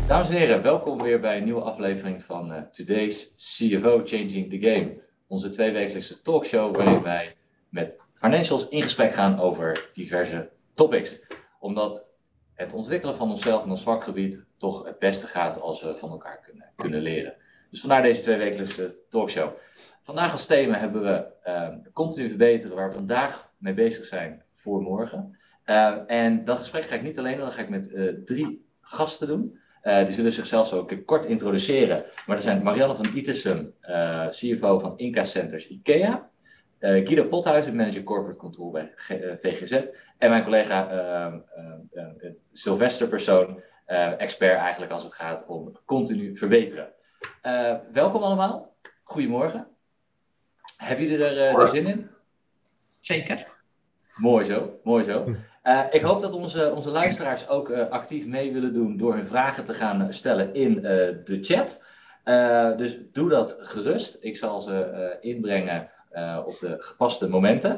Dames en heren, welkom weer bij een nieuwe aflevering van Today's CFO Changing the Game. Onze tweewekelijkse talkshow waarin wij met financials in gesprek gaan over diverse topics. Omdat het ontwikkelen van onszelf en ons vakgebied toch het beste gaat als we van elkaar kunnen leren. Dus vandaar deze tweewekelijkse talkshow. Vandaag als thema hebben we continu verbeteren, waar we vandaag mee bezig zijn voor morgen. En dat gesprek ga ik niet alleen doen, dat ga ik met 3 gasten doen. Die zullen zichzelf zo kort introduceren. Maar dat zijn Marianne van Itersum, CFO van Inca Centers IKEA. Guido Pothuizen, Manager Corporate Control bij VGZ. En mijn collega Sylvester Persoon, expert eigenlijk als het gaat om continu verbeteren. Welkom allemaal. Goedemorgen. Hebben jullie er zin in? Zeker. Mooi zo, mooi zo. Ik hoop dat onze luisteraars ook actief mee willen doen door hun vragen te gaan stellen in de chat. Dus doe dat gerust. Ik zal ze inbrengen op de gepaste momenten.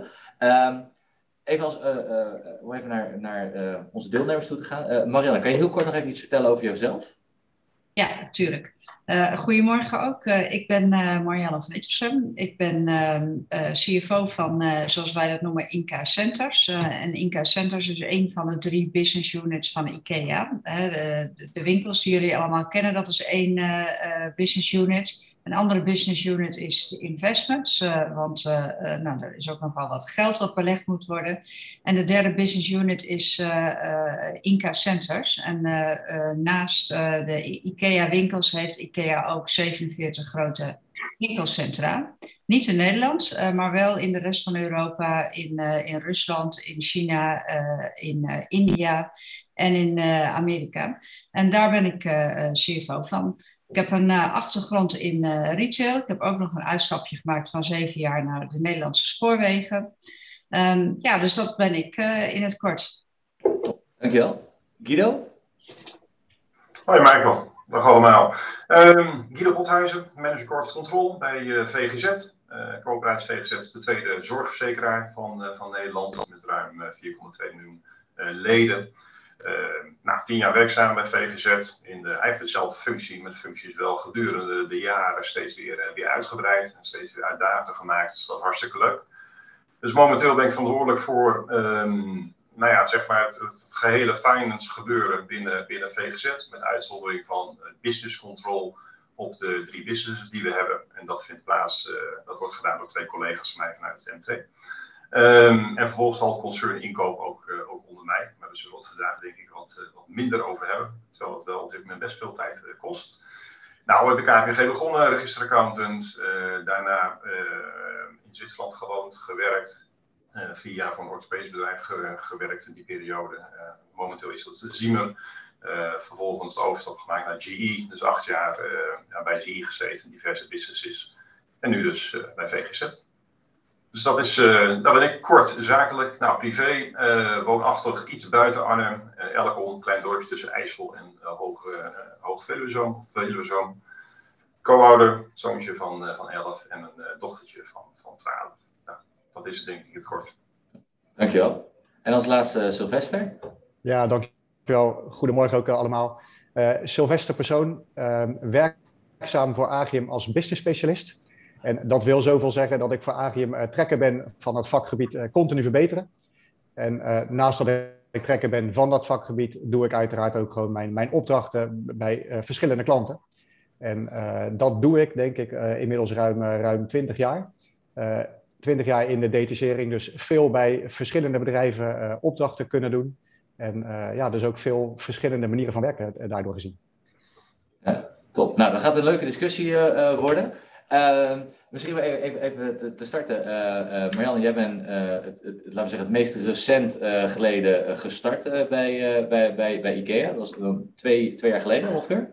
Om even naar onze deelnemers toe te gaan. Marianne, kan je heel kort nog even iets vertellen over jezelf? Ja, natuurlijk. Goedemorgen ook. Ik ben Marianne van Itersum. Ik ben CFO van, zoals wij dat noemen, Inca Centers. En Inca Centers is een van de 3 business units van IKEA. De winkels die jullie allemaal kennen, dat is 1 business unit. Een andere business unit is de investments, want er is ook nog wel wat geld wat belegd moet worden. En de 3e business unit is Inca Centers. En naast de IKEA winkels heeft IKEA ook 47 grote winkelcentra. Niet in Nederland, maar wel in de rest van Europa, in Rusland, in China, in India en in Amerika. En daar ben ik CFO van. Ik heb een achtergrond in retail. Ik heb ook nog een uitstapje gemaakt van 7 jaar naar de Nederlandse spoorwegen. Dus dat ben ik in het kort. Dankjewel. Guido? Hoi Michael, dag allemaal. Guido Pothuizen, Manager Corporate Control bij VGZ. Coöperatie VGZ, de tweede zorgverzekeraar van Nederland met ruim 4,2 miljoen leden. 10 jaar werkzaam bij VGZ in eigenlijk dezelfde functie, maar de functie is wel gedurende de jaren steeds weer uitgebreid en steeds weer uitdagender gemaakt. Dus dat is hartstikke leuk. Dus momenteel ben ik verantwoordelijk voor het gehele finance gebeuren binnen VGZ, met uitzondering van business control op de 3 businesses die we hebben. En dat vindt plaats, dat wordt gedaan door 2 collega's van mij vanuit het MT. En vervolgens zal het concern inkoop ook onder mij. Maar daar zullen we het vandaag denk ik wat minder over hebben. Terwijl het wel op dit moment best veel tijd kost. Nou, heb ik KPMG begonnen, registeraccountant. Daarna in Zwitserland gewoond, gewerkt. 4 jaar voor een orthopedisch bedrijf gewerkt in die periode. Momenteel is dat de Ziemer. Vervolgens de overstap gemaakt naar GE. Dus 8 jaar bij GE gezeten in diverse businesses. En nu dus bij VGZ. Dus dat ben ik kort zakelijk. Nou, privé, woonachtig, iets buiten Arnhem. Elkom, een klein dorpje tussen IJssel en Hoog Veluwezoom. Co-ouder, zoontje van 11 en een dochtertje van 12. Nou, dat is het denk ik het kort. Dankjewel. En als laatste Sylvester. Ja, dankjewel. Goedemorgen ook allemaal. Sylvester Persoon, werkzaam voor Agium als business specialist. En dat wil zoveel zeggen dat ik voor Agium trekker ben van het vakgebied continu verbeteren. En naast dat ik trekker ben van dat vakgebied, doe ik uiteraard ook gewoon mijn opdrachten bij verschillende klanten. En dat doe ik denk ik inmiddels ruim 20 jaar. 20 jaar in de detachering, dus veel bij verschillende bedrijven opdrachten kunnen doen. En dus ook veel verschillende manieren van werken daardoor gezien. Ja, top. Nou, dat gaat een leuke discussie worden. Misschien even te starten. Marianne, jij bent laten we zeggen, het meest recent geleden gestart bij IKEA. Dat was 2 jaar geleden ongeveer.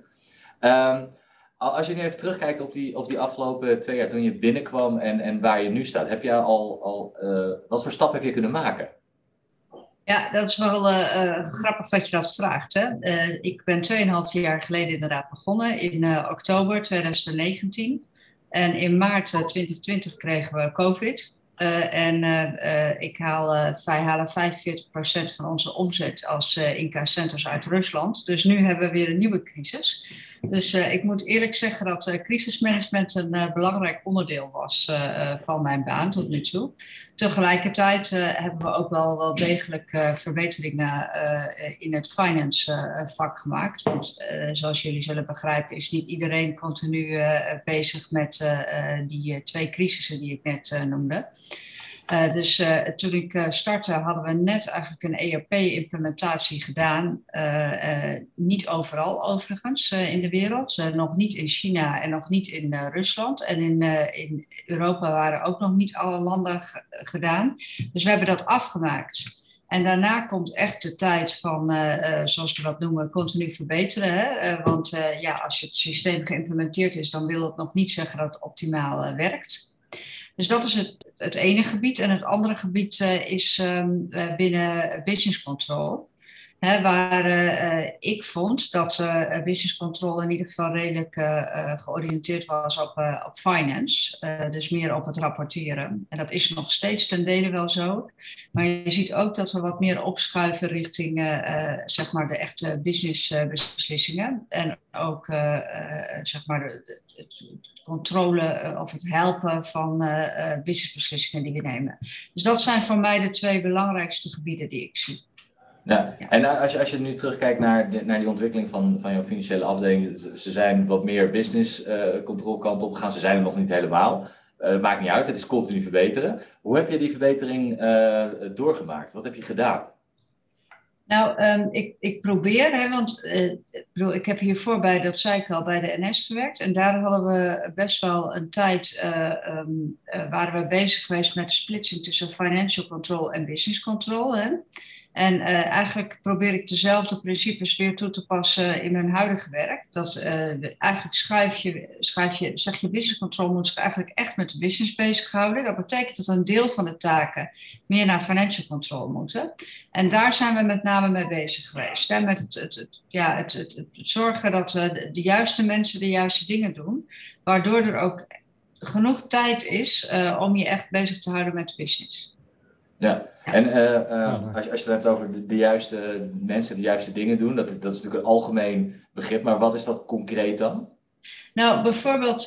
Als je nu even terugkijkt op die afgelopen 2 jaar toen je binnenkwam en waar je nu staat. Heb je wat voor stap heb je kunnen maken? Ja, dat is wel grappig dat je dat vraagt. Hè? Ik ben 2,5 jaar geleden inderdaad begonnen in oktober 2019. En in maart 2020 kregen we COVID. Wij halen 45% van onze omzet als Inca Centers uit Rusland. Dus nu hebben we weer een nieuwe crisis. Dus ik moet eerlijk zeggen dat crisismanagement een belangrijk onderdeel was van mijn baan tot nu toe. Tegelijkertijd hebben we ook wel degelijk verbeteringen in het finance vak gemaakt. Want zoals jullie zullen begrijpen is niet iedereen continu bezig met die 2 crisissen die ik net noemde. Toen ik startte hadden we net eigenlijk een ERP-implementatie gedaan. Niet overal overigens in de wereld. Nog niet in China en nog niet in Rusland. En in Europa waren ook nog niet alle landen gedaan. Dus we hebben dat afgemaakt. En daarna komt echt de tijd van, zoals we dat noemen, continu verbeteren. Hè? Want als het systeem geïmplementeerd is, dan wil het nog niet zeggen dat het optimaal werkt. Dus dat is het ene gebied. En het andere gebied is binnen business control. Waar ik vond dat business control in ieder geval redelijk georiënteerd was op finance. Dus meer op het rapporteren. En dat is nog steeds ten dele wel zo. Maar je ziet ook dat we wat meer opschuiven richting zeg maar de echte businessbeslissingen. En ook zeg maar het controle of het helpen van businessbeslissingen die we nemen. Dus dat zijn voor mij de 2 belangrijkste gebieden die ik zie. Ja. En als je nu terugkijkt naar die ontwikkeling van jouw financiële afdeling, ze zijn wat meer business control kant op gegaan, ze zijn er nog niet helemaal. Maakt niet uit, het is continu verbeteren. Hoe heb je die verbetering doorgemaakt? Wat heb je gedaan? Nou, ik probeer, want ik heb hiervoor dat zei ik al, bij de NS gewerkt. En daar hadden we best wel een tijd, waren we bezig geweest met de splitsing tussen financial control en business control. Hè? En eigenlijk probeer ik dezelfde principes weer toe te passen in mijn huidige werk. Dat eigenlijk zeg je business control moet zich eigenlijk echt met de business bezighouden. Dat betekent dat een deel van de taken meer naar financial control moeten. En daar zijn we met name mee bezig geweest. Hè? Met het zorgen dat de juiste mensen de juiste dingen doen. Waardoor er ook genoeg tijd is om je echt bezig te houden met de business. Ja, en als je het hebt over de juiste mensen, de juiste dingen doen, dat is natuurlijk een algemeen begrip, maar wat is dat concreet dan? Nou, bijvoorbeeld,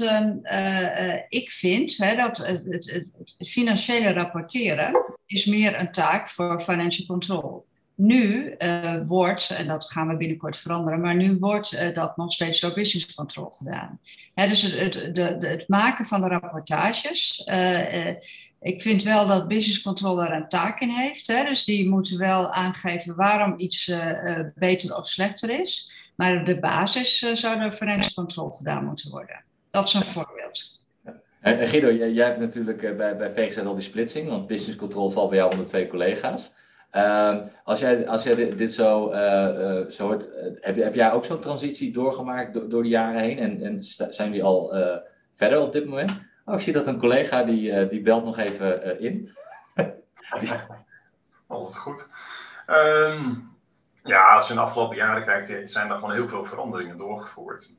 ik vind dat het financiële rapporteren is meer een taak voor financial control. Nu wordt, en dat gaan we binnenkort veranderen, maar nu wordt dat nog steeds door business control gedaan. Dus het maken van de rapportages. Ik vind wel dat business control daar een taak in heeft. Dus die moeten wel aangeven waarom iets beter of slechter is. Maar op de basis zou er financial control gedaan moeten worden. Dat is een voorbeeld. Guido, jij hebt natuurlijk bij VGZ al die splitsing, want business control valt bij jou onder 2 collega's. Als jij dit zo hoort, heb jij ook zo'n transitie doorgemaakt door de jaren heen? En zijn die al verder op dit moment? Oh, ik zie dat een collega die belt nog even in. Altijd goed. Als je in de afgelopen jaren kijkt, zijn er gewoon heel veel veranderingen doorgevoerd.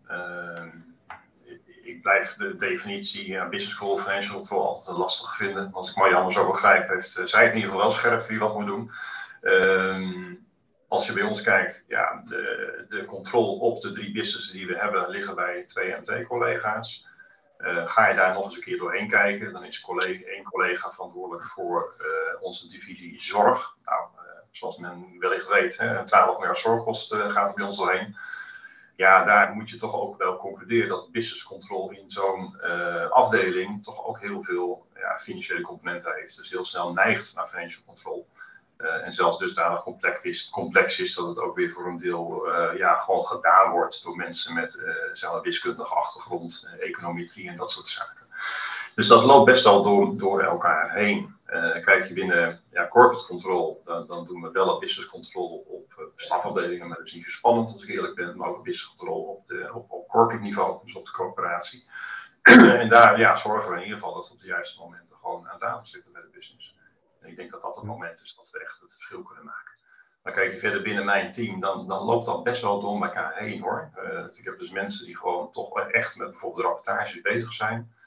Ik blijf de definitie business control, financial control altijd lastig vinden. Als ik Marianne zo begrijp, heeft zij het in ieder geval wel scherp wie wat moet doen. Als je bij ons kijkt, de controle op de 3 businessen die we hebben, liggen bij 2 MT-collega's. Ga je daar nog eens een keer doorheen kijken, dan is één collega verantwoordelijk voor onze divisie zorg. Nou, zoals men wellicht weet, 12 miljard zorgkosten gaat er bij ons doorheen. Ja, daar moet je toch ook wel concluderen dat business control in zo'n afdeling toch ook heel veel financiële componenten heeft. Dus heel snel neigt naar financial control. En zelfs dusdanig complex is dat het ook weer voor een deel gewoon gedaan wordt door mensen met wiskundige achtergrond, econometrie en dat soort zaken. Dus dat loopt best wel door elkaar heen. Kijk je binnen corporate control, dan doen we wel een business control op stafafdelingen, maar dat is niet zo spannend als ik eerlijk ben, maar ook business control op corporate niveau, dus op de corporatie. En daar zorgen we in ieder geval dat we op de juiste momenten gewoon aan tafel zitten bij de business. En ik denk dat dat het moment is dat we echt het verschil kunnen maken. Maar kijk je verder binnen mijn team, dan loopt dat best wel door elkaar heen hoor. Ik heb dus mensen die gewoon toch echt met bijvoorbeeld de rapportages bezig zijn.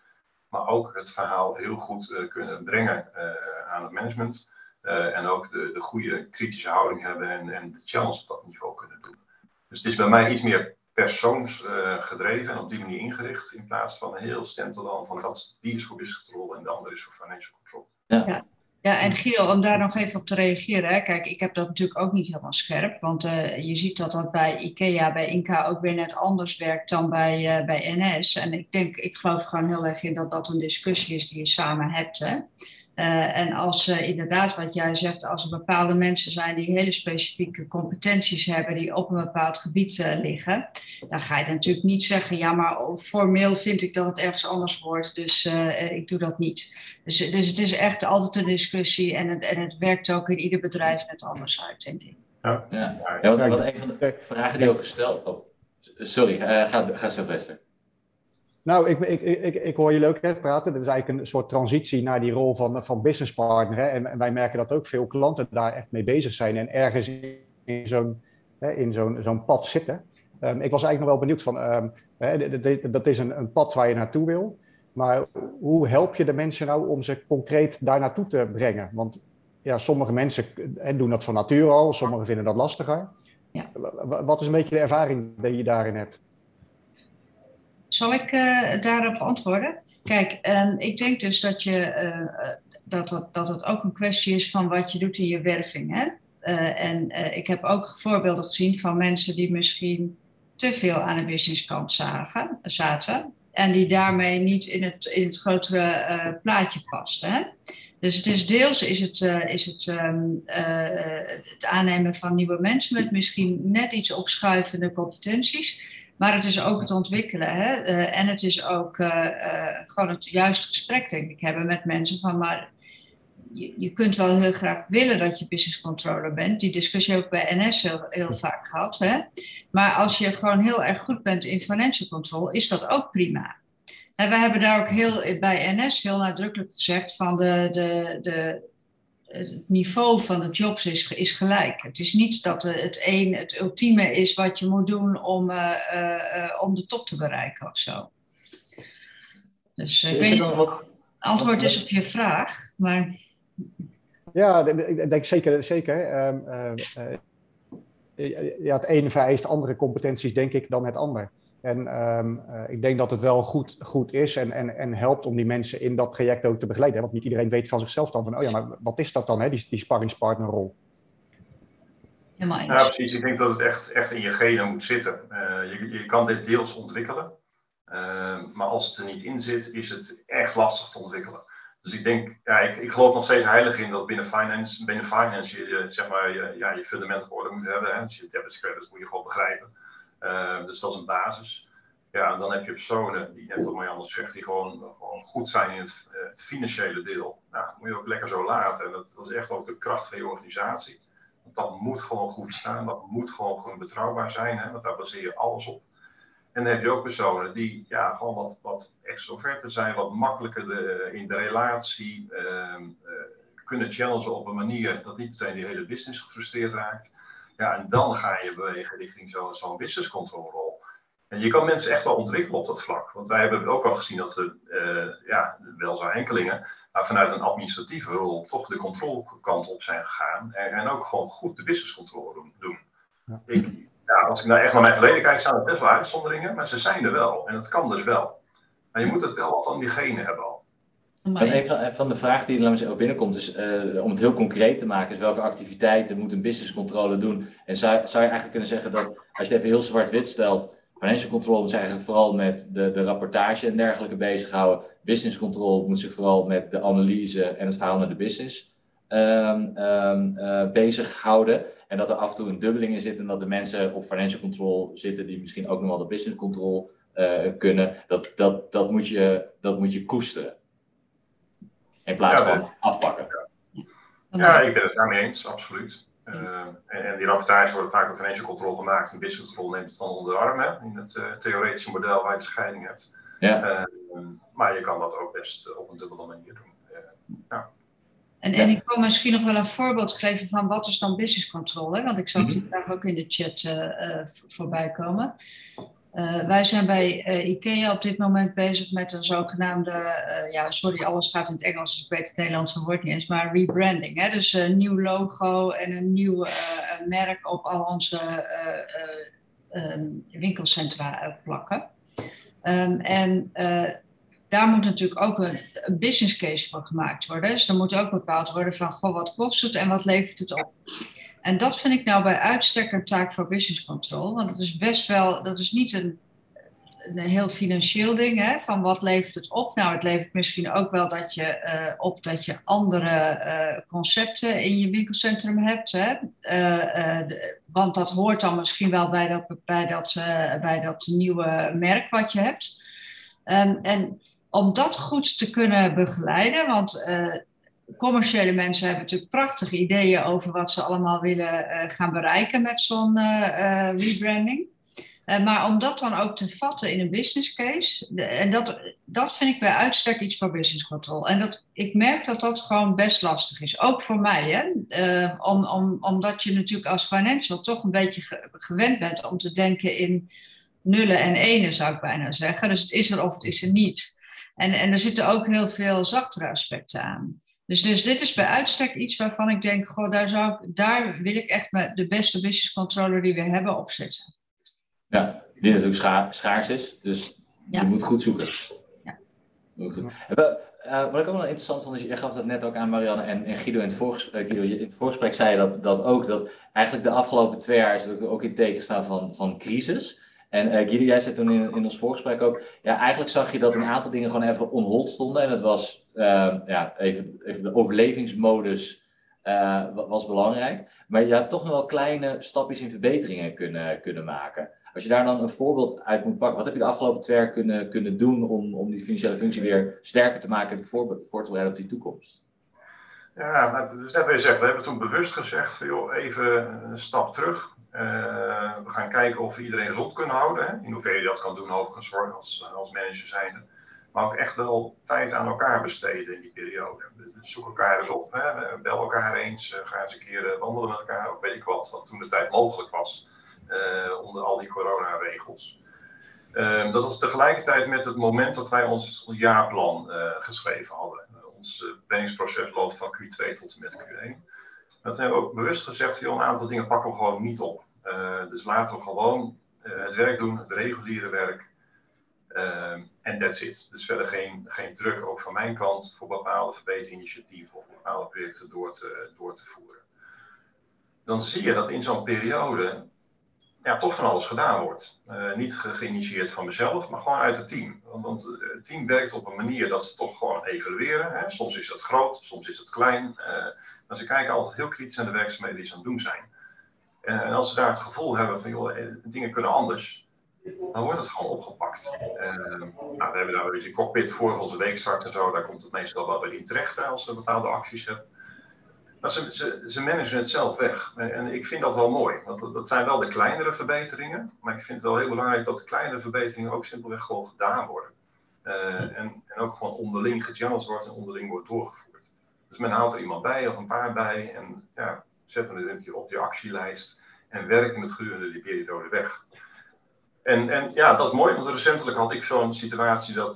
maar ook het verhaal heel goed kunnen brengen aan het management. En ook de goede kritische houding hebben en de challenge op dat niveau kunnen doen. Dus het is bij mij iets meer persoonsgedreven en op die manier ingericht, in plaats van heel standalone van die is voor business control en de andere is voor financial control. Ja. Ja, en Giel, om daar nog even op te reageren. Hè. Kijk, ik heb dat natuurlijk ook niet helemaal scherp. Want je ziet dat bij IKEA, bij Inca ook weer net anders werkt dan bij NS. En ik geloof gewoon heel erg in dat dat een discussie is die je samen hebt. Hè. En als inderdaad wat jij zegt, als er bepaalde mensen zijn die hele specifieke competenties hebben die op een bepaald gebied liggen, dan ga je natuurlijk niet zeggen, ja, maar formeel vind ik dat het ergens anders wordt, dus ik doe dat niet. Dus het is echt altijd een discussie en het werkt ook in ieder bedrijf net anders uit, denk ik. Ja, wat een van de vragen die ook gesteld... Oh, sorry, ga Sylvester. Nou, ik hoor jullie ook net praten. Dat is eigenlijk een soort transitie naar die rol van business partner. Hè? En wij merken dat ook veel klanten daar echt mee bezig zijn en ergens in zo'n pad zitten. Ik was eigenlijk nog wel benieuwd van, dat is een pad waar je naartoe wil. Maar hoe help je de mensen nou om ze concreet daar naartoe te brengen? Want ja, sommige mensen doen dat van nature al, sommigen vinden dat lastiger. Ja. Wat is een beetje de ervaring die je daarin hebt? Zal ik daarop antwoorden? Kijk, ik denk dus dat het ook een kwestie is van wat je doet in je werving. Hè? Ik heb ook voorbeelden gezien van mensen die misschien te veel aan de businesskant zaten. En die daarmee niet in het grotere plaatje pasten. Hè? Dus het is deels het aannemen van nieuwe mensen met misschien net iets opschuivende competenties. Maar het is ook het ontwikkelen. Hè? En het is ook gewoon het juiste gesprek, denk ik, hebben met mensen van, maar je kunt wel heel graag willen dat je business controller bent. Die discussie heb ik bij NS heel vaak gehad. Hè? Maar als je gewoon heel erg goed bent in financial control, is dat ook prima. En wij hebben daar ook bij NS heel nadrukkelijk gezegd van het niveau van de jobs is gelijk. Het is niet dat het ultieme is wat je moet doen om de top te bereiken of zo. Dus ik weet niet of het antwoord is op je vraag, maar... Ja, ik denk zeker. Het ene vereist andere competenties, denk ik, dan het ander. En ik denk dat het wel goed is en helpt om die mensen in dat traject ook te begeleiden. Want niet iedereen weet van zichzelf dan van, oh ja, maar wat is dat dan, hè, die sparringspartnerrol? Ja, precies. Ik denk dat het echt in je genen moet zitten. Je kan dit deels ontwikkelen. Maar als het er niet in zit, is het echt lastig te ontwikkelen. Dus ik denk, ik geloof nog steeds heilig in dat binnen finance je fundament op orde moet hebben. Hè. Dus je debits, credits moet je gewoon begrijpen. Dus dat is een basis. Ja, en dan heb je personen die, net wat Marianne zegt, die gewoon goed zijn in het financiële deel. Nou, dat moet je ook lekker zo laten. En dat is echt ook de kracht van je organisatie. Want dat moet gewoon goed staan, dat moet gewoon betrouwbaar zijn, hè, want daar baseer je alles op. En dan heb je ook personen die gewoon wat extroverter zijn, wat makkelijker in de relatie, kunnen challengen op een manier dat niet meteen die hele business gefrustreerd raakt. Ja, en dan ga je bewegen richting zo'n business control rol. En je kan mensen echt wel ontwikkelen op dat vlak. Want wij hebben ook al gezien dat we, wel zo enkelingen, maar vanuit een administratieve rol toch de controlkant op zijn gegaan. En ook gewoon goed de business control doen. Ja. Als ik nou echt naar mijn verleden kijk, zijn er best wel uitzonderingen, maar ze zijn er wel. En het kan dus wel. Maar je moet het wel wat aan diegene hebben al. Een van de vragen die er ook binnenkomt, is om het heel concreet te maken, is welke activiteiten moet een business controller doen? En zou je eigenlijk kunnen zeggen dat, als je het even heel zwart-wit stelt, financial control moet zich eigenlijk vooral met de rapportage en dergelijke bezighouden. Business control moet zich vooral met de analyse en het verhaal naar de business bezighouden. En dat er af en toe een dubbeling in zit en dat de mensen op financial control zitten die misschien ook nog wel de business control kunnen. Dat moet je koesteren. In plaats van afpakken. Ja, ik ben het daarmee eens, absoluut. En die rapportages worden vaak door financial control gemaakt. En business control neemt het dan onder de arm, hè, in het theoretische model waar je de scheiding hebt. Ja. Maar je kan dat ook best op een dubbele manier doen. Ja. En ik kan misschien nog wel een voorbeeld geven van wat is dan business control, hè? Want ik zag die vraag ook in de chat voorbij komen. Wij zijn bij IKEA op dit moment bezig met een zogenaamde, alles gaat in het Engels, dus ik weet het Nederlandse woord niet eens, maar rebranding. Hè? Dus een nieuw logo en een nieuw merk op al onze winkelcentra plakken. Daar moet natuurlijk ook een business case voor gemaakt worden. Dus er moet ook bepaald worden van, wat kost het en wat levert het op? En dat vind ik nou bij uitstek een taak voor business control. Want dat is niet een heel financieel ding, hè, van wat levert het op? Nou, het levert misschien ook wel dat je andere concepten in je winkelcentrum hebt. Hè? Want dat hoort dan misschien wel bij dat nieuwe merk wat je hebt. En om dat goed te kunnen begeleiden, want commerciële mensen hebben natuurlijk prachtige ideeën over wat ze allemaal willen gaan bereiken met zo'n rebranding. Maar om dat dan ook te vatten in een business case, en dat vind ik bij uitstek iets voor business control. En ik merk dat dat gewoon best lastig is, ook voor mij. Hè? Omdat je natuurlijk als financial toch een beetje gewend bent om te denken in nullen en enen, zou ik bijna zeggen. Dus het is er of het is er niet. En er zitten ook heel veel zachtere aspecten aan. Dus dit is bij uitstek iets waarvan ik denk, daar wil ik echt de beste business controller die we hebben opzetten. Ja, die natuurlijk schaars is, dus je moet goed zoeken. Ja. Wat ik ook wel interessant vond, is je gaf dat net ook aan Marianne en Guido in het voorgesprek zei dat eigenlijk de afgelopen 2 jaar is het ook in teken staan van crisis. En Guido, jij zei toen in ons voorgesprek ook, ja, eigenlijk zag je dat een aantal dingen gewoon even on hold stonden. En dat was even de overlevingsmodus was belangrijk. Maar je hebt toch nog wel kleine stapjes in verbeteringen kunnen maken. Als je daar dan een voorbeeld uit moet pakken, wat heb je de afgelopen 2 jaar kunnen doen om die financiële functie weer sterker te maken en voor te bereiden op die toekomst? Ja, maar het is net wat je zegt. We hebben toen bewust gezegd van, joh, even een stap terug. We gaan kijken of we iedereen gezond kunnen houden. Hè? In hoeverre je dat kan doen overigens als manager zijnde. Maar ook echt wel tijd aan elkaar besteden in die periode. Dus zoek elkaar eens op. Hè? Bel elkaar eens. Ga eens een keer wandelen met elkaar. Of weet ik wat toen de tijd mogelijk was. Onder al die coronaregels. Dat was tegelijkertijd met het moment dat wij ons jaarplan geschreven hadden. Ons planningsproces loopt van Q2 tot en met Q1. Dat hebben we ook bewust gezegd, joh, een aantal dingen pakken we gewoon niet op. Dus laten we gewoon het werk doen, het reguliere werk. En that's it. Dus verder geen druk, ook van mijn kant, voor bepaalde verbeterinitiatieven of bepaalde projecten door te voeren. Dan zie je dat in zo'n periode toch van alles gedaan wordt. Niet geïnitieerd van mezelf, maar gewoon uit het team. Want het team werkt op een manier dat ze toch gewoon evalueren. Hè. Soms is het groot, soms is het klein. Maar ze kijken altijd heel kritisch naar de werkzaamheden die ze aan het doen zijn. En als ze daar het gevoel hebben van, joh, dingen kunnen anders, dan wordt het gewoon opgepakt. We hebben daar een cockpit voor onze weekstart en zo. Daar komt het meestal wel bij in terecht als ze bepaalde acties hebben. Maar ze managen het zelf weg. En ik vind dat wel mooi. Want dat zijn wel de kleinere verbeteringen. Maar ik vind het wel heel belangrijk dat de kleinere verbeteringen ook simpelweg gewoon gedaan worden. En ook gewoon onderling gechanneld wordt en onderling wordt doorgevoerd. Dus men haalt er iemand bij of een paar bij. En zetten het op je actielijst. En werken het gedurende die periode weg. En dat is mooi. Want recentelijk had ik zo'n situatie dat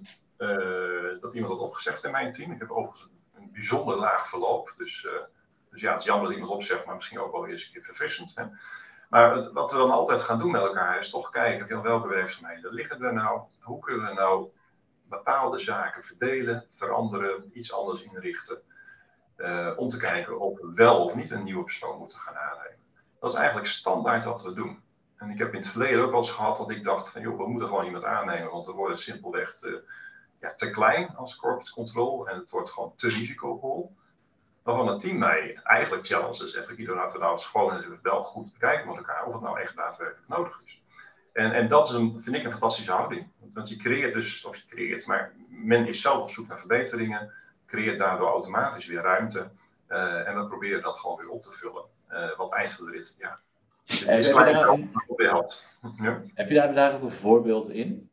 iemand had opgezegd in mijn team. Ik heb overigens een bijzonder laag verloop. Dus het is jammer dat iemand opzegt, maar misschien ook wel eens een keer verfrissend. Hè. Maar wat we dan altijd gaan doen met elkaar is toch kijken van welke werkzaamheden liggen er nou. Hoe kunnen we nou bepaalde zaken verdelen, veranderen, iets anders inrichten. Om te kijken of we wel of niet een nieuwe persoon moeten gaan aannemen. Dat is eigenlijk standaard wat we doen. En ik heb in het verleden ook wel eens gehad dat ik dacht van, joh, we moeten gewoon iemand aannemen, want we worden simpelweg te klein als corporate control en het wordt gewoon te risicovol. Waarvan het team mij eigenlijk challenge en zegt, Guido, laten we nou eens gewoon wel goed bekijken met elkaar of het nou echt daadwerkelijk nodig is. En dat is vind ik een fantastische houding. Want je creëert, maar men is zelf op zoek naar verbeteringen, creëert daardoor automatisch weer ruimte en we proberen dat gewoon weer op te vullen. Want eind van de rit, het is klein, maar weer helpt. Ja. Heb je daar ook een voorbeeld in?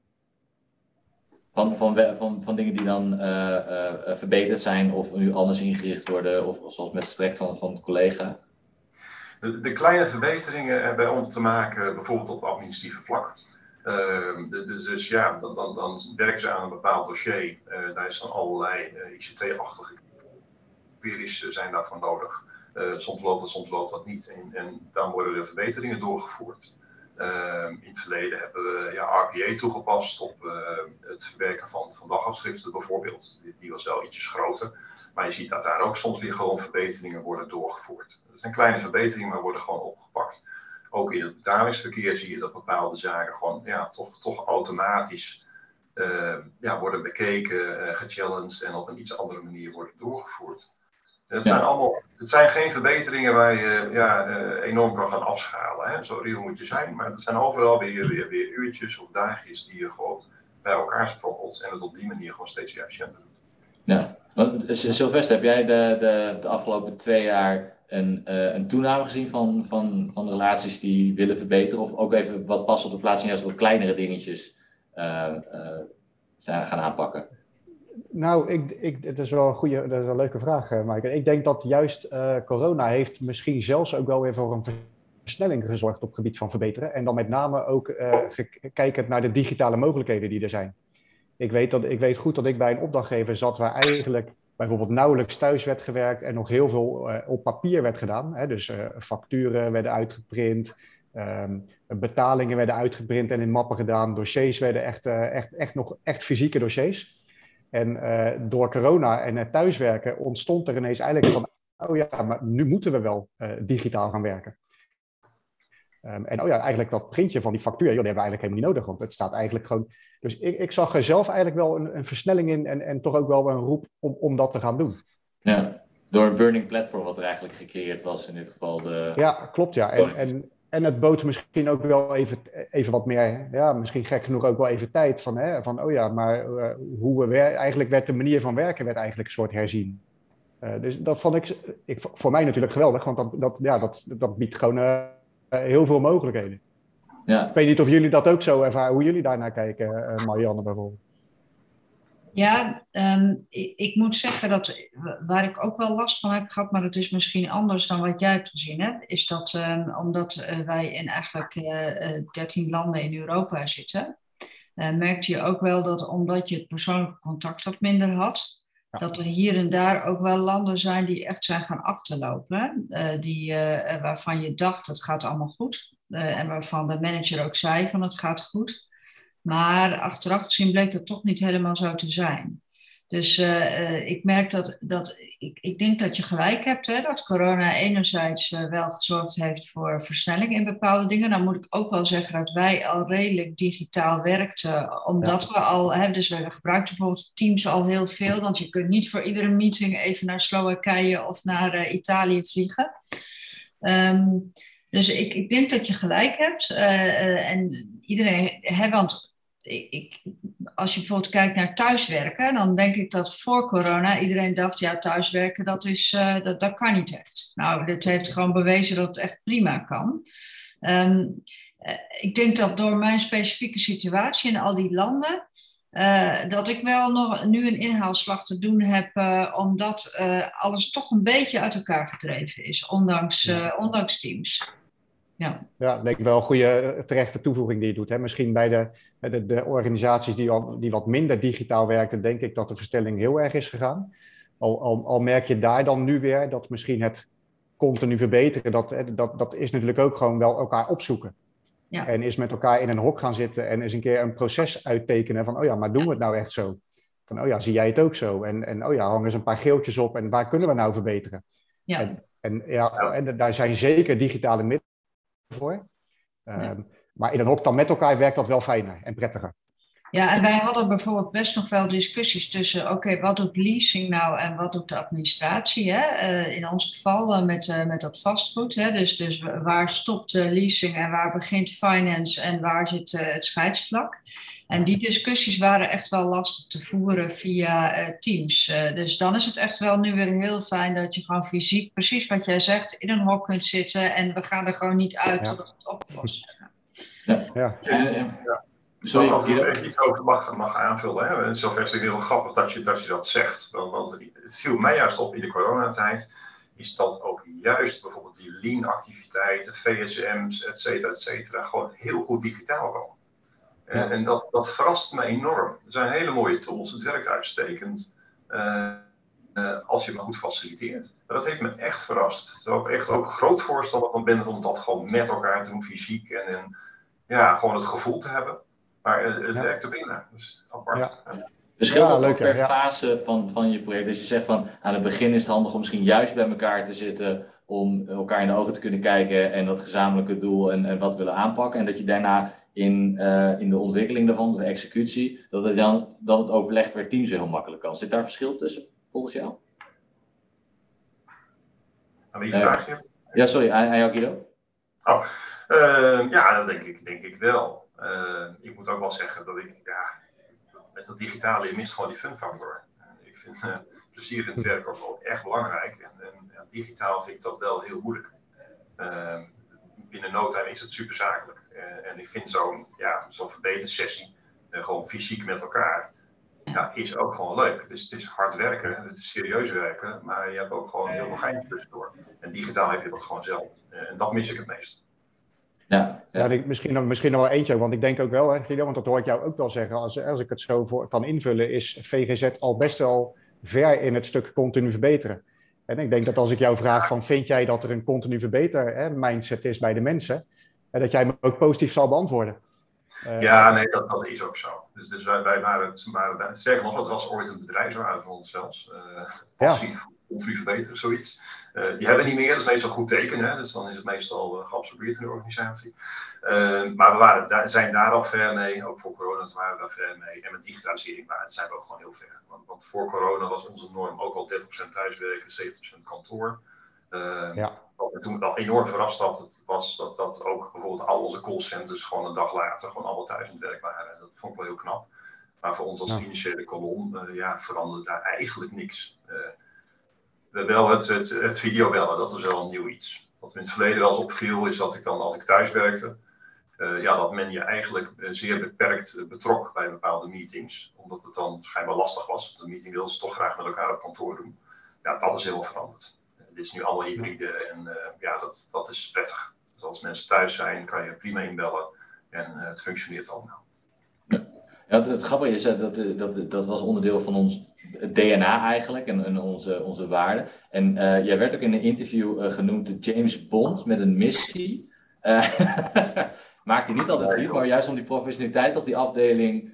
Van dingen die dan verbeterd zijn of nu anders ingericht worden, of zoals met vertrek van het collega? De kleine verbeteringen hebben bij ons te maken bijvoorbeeld op administratieve vlak. Dus ja, dan werken ze aan een bepaald dossier. Daar is dan allerlei ICT-achtige queries zijn daarvoor nodig. Soms loopt dat niet. En dan worden er verbeteringen doorgevoerd. In het verleden hebben we RPA toegepast op het verwerken van dagafschriften bijvoorbeeld. Die was wel ietsjes groter. Maar je ziet dat daar ook soms weer gewoon verbeteringen worden doorgevoerd. Dat zijn kleine verbeteringen, maar worden gewoon opgepakt. Ook in het betalingsverkeer zie je dat bepaalde zaken gewoon toch automatisch worden bekeken, gechallenged en op een iets andere manier worden doorgevoerd. Het zijn geen verbeteringen waar je enorm kan gaan afschalen. Hè? Zo reëel moet je zijn, maar het zijn overal weer uurtjes of dagjes die je gewoon bij elkaar sprokkelt en het op die manier gewoon steeds efficiënter doet. Ja, want Sylvester, heb jij de afgelopen 2 jaar een toename gezien van de relaties die willen verbeteren? Of ook even wat past op de plaats en juist wat kleinere dingetjes gaan aanpakken? Nou, dat is wel dat is een leuke vraag, Maaike. Ik denk dat juist corona heeft misschien zelfs ook wel weer voor een versnelling gezorgd op het gebied van verbeteren. En dan met name ook kijkend naar de digitale mogelijkheden die er zijn. Ik weet goed dat ik bij een opdrachtgever zat waar eigenlijk bijvoorbeeld nauwelijks thuis werd gewerkt en nog heel veel op papier werd gedaan. Hè? Dus facturen werden uitgeprint, betalingen werden uitgeprint en in mappen gedaan. Dossiers werden echt fysieke dossiers. En door corona en het thuiswerken ontstond er ineens eigenlijk van, oh ja, maar nu moeten we wel digitaal gaan werken. En eigenlijk dat printje van die factuur, die hebben we eigenlijk helemaal niet nodig, want het staat eigenlijk gewoon. Dus ik zag er zelf eigenlijk wel een versnelling in en toch ook wel een roep om dat te gaan doen. Ja, door een burning platform wat er eigenlijk gecreëerd was in dit geval. Ja, klopt, ja. En het bood misschien ook wel even wat meer, misschien gek genoeg ook wel even tijd eigenlijk werd de manier van werken eigenlijk een soort herzien. Dus dat vond ik voor mij natuurlijk geweldig, want dat biedt gewoon heel veel mogelijkheden. Ja. Ik weet niet of jullie dat ook zo ervaren, hoe jullie daarnaar kijken, Marianne bijvoorbeeld. Ja, ik moet zeggen dat waar ik ook wel last van heb gehad, maar dat is misschien anders dan wat jij hebt gezien, hè, is dat omdat wij in eigenlijk 13 landen in Europa zitten, merkte je ook wel dat omdat je het persoonlijke contact wat minder had, dat er hier en daar ook wel landen zijn die echt zijn gaan achterlopen. Waarvan je dacht, het gaat allemaal goed. En waarvan de manager ook zei van het gaat goed. Maar achteraf gezien bleek dat toch niet helemaal zo te zijn. Dus ik merk ik denk dat je gelijk hebt, hè, dat corona enerzijds wel gezorgd heeft voor versnelling in bepaalde dingen. Dan moet ik ook wel zeggen dat wij al redelijk digitaal werkten, omdat we al, dus we gebruikten bijvoorbeeld Teams al heel veel, want je kunt niet voor iedere meeting even naar Slowakije of naar Italië vliegen. Dus ik denk dat je gelijk hebt. En iedereen, want als je bijvoorbeeld kijkt naar thuiswerken, dan denk ik dat voor corona iedereen dacht, ja, thuiswerken, dat kan niet echt. Nou, dit heeft gewoon bewezen dat het echt prima kan. Ik denk dat door mijn specifieke situatie in al die landen, dat ik wel nog nu een inhaalslag te doen heb, omdat alles toch een beetje uit elkaar gedreven is, ondanks Teams. Ja, dat denk ik wel een goede terechte toevoeging die je doet. Hè? Misschien bij de organisaties die wat minder digitaal werkten, denk ik dat de versnelling heel erg is gegaan. Al merk je daar dan nu weer dat misschien het continu verbeteren, dat is natuurlijk ook gewoon wel elkaar opzoeken. Ja. En is met elkaar in een hok gaan zitten en eens een keer een proces uittekenen van, maar doen we het nou echt zo? Van, zie jij het ook zo? En hangen eens een paar geeltjes op en waar kunnen we nou verbeteren? Ja. En daar zijn zeker digitale middelen voor. Maar in een hok dan met elkaar werkt dat wel fijner en prettiger. Ja, en wij hadden bijvoorbeeld best nog wel discussies tussen, wat doet leasing nou en wat doet de administratie? Hè? In ons geval met dat vastgoed. Hè? Dus waar stopt leasing en waar begint finance en waar zit het scheidsvlak? En die discussies waren echt wel lastig te voeren via Teams. Dus dan is het echt wel nu weer heel fijn dat je gewoon fysiek, precies wat jij zegt, in een hok kunt zitten en we gaan er gewoon niet uit totdat het opgelost is. Ja. Sorry, als ik iets over mag aanvullen. Hè? Het is Sylvester heel grappig dat je dat zegt. Want het viel mij juist op in de coronatijd. Is dat ook juist bijvoorbeeld die lean activiteiten, VSM's, et cetera, gewoon heel goed digitaal komen. En dat verrast me enorm. Er zijn hele mooie tools, het werkt uitstekend. Als je me goed faciliteert. Maar dat heeft me echt verrast. Terwijl ik echt ook groot voorstander van ben om dat gewoon met elkaar te doen, fysiek. En gewoon het gevoel te hebben. Maar het werkt er binnen. Dus apart. Ja. Verschilt dat ook per fase van je project? Dus je zegt van aan het begin is het handig om misschien juist bij elkaar te zitten. Om elkaar in de ogen te kunnen kijken en dat gezamenlijke doel en wat willen aanpakken. En dat je daarna in de ontwikkeling daarvan, de executie, dat het overleg per team zo heel makkelijk kan. Zit daar verschil tussen volgens jou? Aan wie vraag je? Ja, sorry, aan jou Guido? Dat denk ik wel. Ik moet ook wel zeggen dat ik, met dat digitale, je mist gewoon die funfactor. Ik vind plezier in het werk ook wel echt belangrijk. En digitaal vind ik dat wel heel moeilijk. Binnen no time is het super zakelijk. En ik vind zo'n verbetersessie, gewoon fysiek met elkaar, is ook gewoon leuk. Het is hard werken, het is serieus werken, maar je hebt ook gewoon heel veel geintjes tussendoor. En digitaal heb je dat gewoon zelf. En dat mis ik het meest. Ja, misschien nog wel eentje, want ik denk ook wel, Guido, want dat hoor ik jou ook wel zeggen, als ik het zo voor kan invullen, is VGZ al best wel ver in het stuk continu verbeteren. En ik denk dat als ik jou vraag van, vind jij dat er een continu verbeter mindset is bij de mensen, dat jij me ook positief zal beantwoorden. Dat is ook zo. Dus wij waren sterker nog, dat was ooit een bedrijfswaarde van ons zelfs. Passief, continu verbeteren, zoiets. Die hebben we niet meer, dat is meestal een goed teken, hè? Dus dan is het meestal geabsorbeerd in de organisatie. Maar we zijn daar al ver mee, ook voor corona waren we daar ver mee. En met digitalisering zijn we ook gewoon heel ver. Want voor corona was onze norm ook al 30% thuiswerken, 70% kantoor. Wat toen wel enorm verrast had, was dat ook bijvoorbeeld al onze callcenters gewoon een dag later gewoon allemaal thuis aan het werk waren. Dat vond ik wel heel knap. Maar voor ons als financiële kolom veranderde daar eigenlijk niks. Wel het videobellen, dat was wel een nieuw iets. Wat me in het verleden wel eens opviel, is dat ik dan, als ik thuis werkte, dat men je eigenlijk zeer beperkt betrok bij bepaalde meetings. Omdat het dan schijnbaar lastig was. De meeting wilden ze toch graag met elkaar op kantoor doen. Ja, dat is heel veranderd. Dit is nu allemaal hybride en dat is prettig. Dus als mensen thuis zijn, kan je prima inbellen en het functioneert allemaal. Ja, het grappige is dat was onderdeel van ons DNA eigenlijk en onze waarden. En jij werd ook in een interview genoemd de James Bond met een missie. Maakt hij niet altijd lief, maar juist om die professionaliteit op die afdeling